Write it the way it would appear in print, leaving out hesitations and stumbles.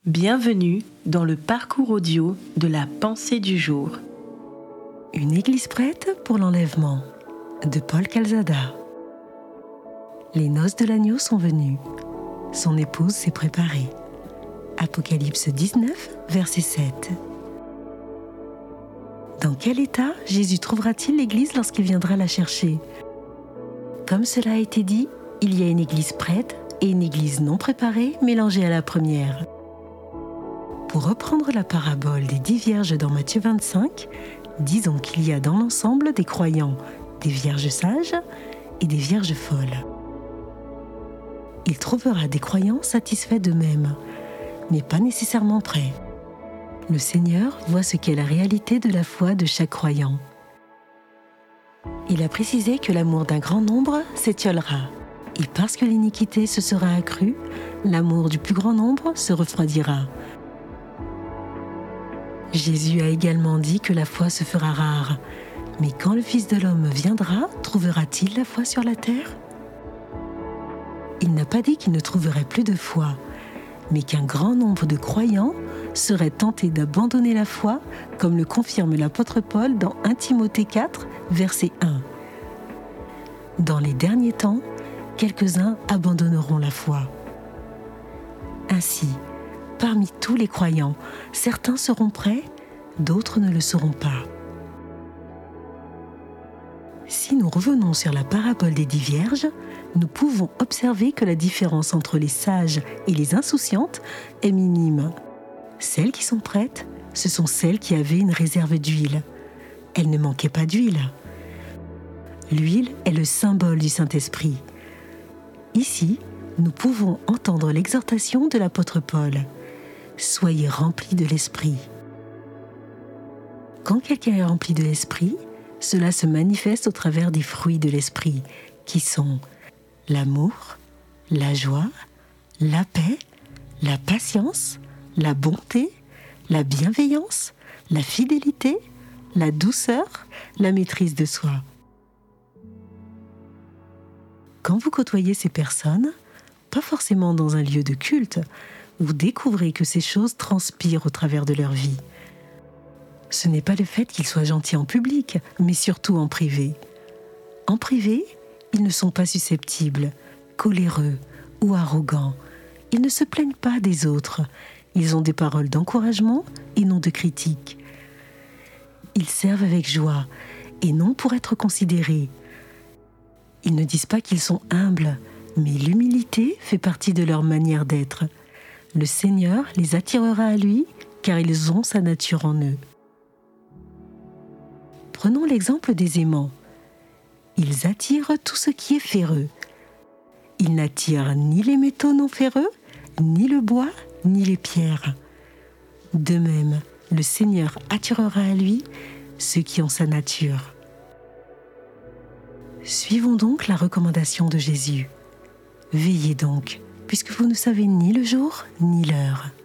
Bienvenue dans le parcours audio de la pensée du jour. Une église prête pour l'enlèvement de Paul Calzada. Les noces de l'agneau sont venues. Son épouse s'est préparée. Apocalypse 19, verset 7. Dans quel état Jésus trouvera-t-il l'église lorsqu'il viendra la chercher ? Comme cela a été dit, il y a une église prête et une église non préparée mélangée à la première. Pour reprendre la parabole des 10 vierges dans Matthieu 25, disons qu'il y a dans l'ensemble des croyants, des vierges sages et des vierges folles. Il trouvera des croyants satisfaits d'eux-mêmes, mais pas nécessairement prêts. Le Seigneur voit ce qu'est la réalité de la foi de chaque croyant. Il a précisé que l'amour d'un grand nombre s'étiolera, et parce que l'iniquité se sera accrue, l'amour du plus grand nombre se refroidira. Jésus a également dit que la foi se fera rare, mais quand le Fils de l'homme viendra, trouvera-t-il la foi sur la terre ? Il n'a pas dit qu'il ne trouverait plus de foi, mais qu'un grand nombre de croyants seraient tentés d'abandonner la foi, comme le confirme l'apôtre Paul dans 1 Timothée 4, verset 1. Dans les derniers temps, quelques-uns abandonneront la foi. Ainsi, parmi tous les croyants, certains seront prêts, d'autres ne le seront pas. Si nous revenons sur la parabole des 10 vierges, nous pouvons observer que la différence entre les sages et les insouciantes est minime. Celles qui sont prêtes, ce sont celles qui avaient une réserve d'huile. Elles ne manquaient pas d'huile. L'huile est le symbole du Saint-Esprit. Ici, nous pouvons entendre l'exhortation de l'apôtre Paul. Soyez remplis de l'Esprit. Quand quelqu'un est rempli de l'Esprit, cela se manifeste au travers des fruits de l'Esprit, qui sont l'amour, la joie, la paix, la patience, la bonté, la bienveillance, la fidélité, la douceur, la maîtrise de soi. Quand vous côtoyez ces personnes, pas forcément dans un lieu de culte, vous découvrez que ces choses transpirent au travers de leur vie. Ce n'est pas le fait qu'ils soient gentils en public, mais surtout en privé. En privé, ils ne sont pas susceptibles, coléreux ou arrogants. Ils ne se plaignent pas des autres. Ils ont des paroles d'encouragement et non de critique. Ils servent avec joie et non pour être considérés. Ils ne disent pas qu'ils sont humbles, mais l'humilité fait partie de leur manière d'être. Le Seigneur les attirera à lui, car ils ont sa nature en eux. Prenons l'exemple des aimants. Ils attirent tout ce qui est ferreux. Ils n'attirent ni les métaux non ferreux, ni le bois, ni les pierres. De même, le Seigneur attirera à lui ceux qui ont sa nature. Suivons donc la recommandation de Jésus. Veillez donc, puisque vous ne savez ni le jour ni l'heure.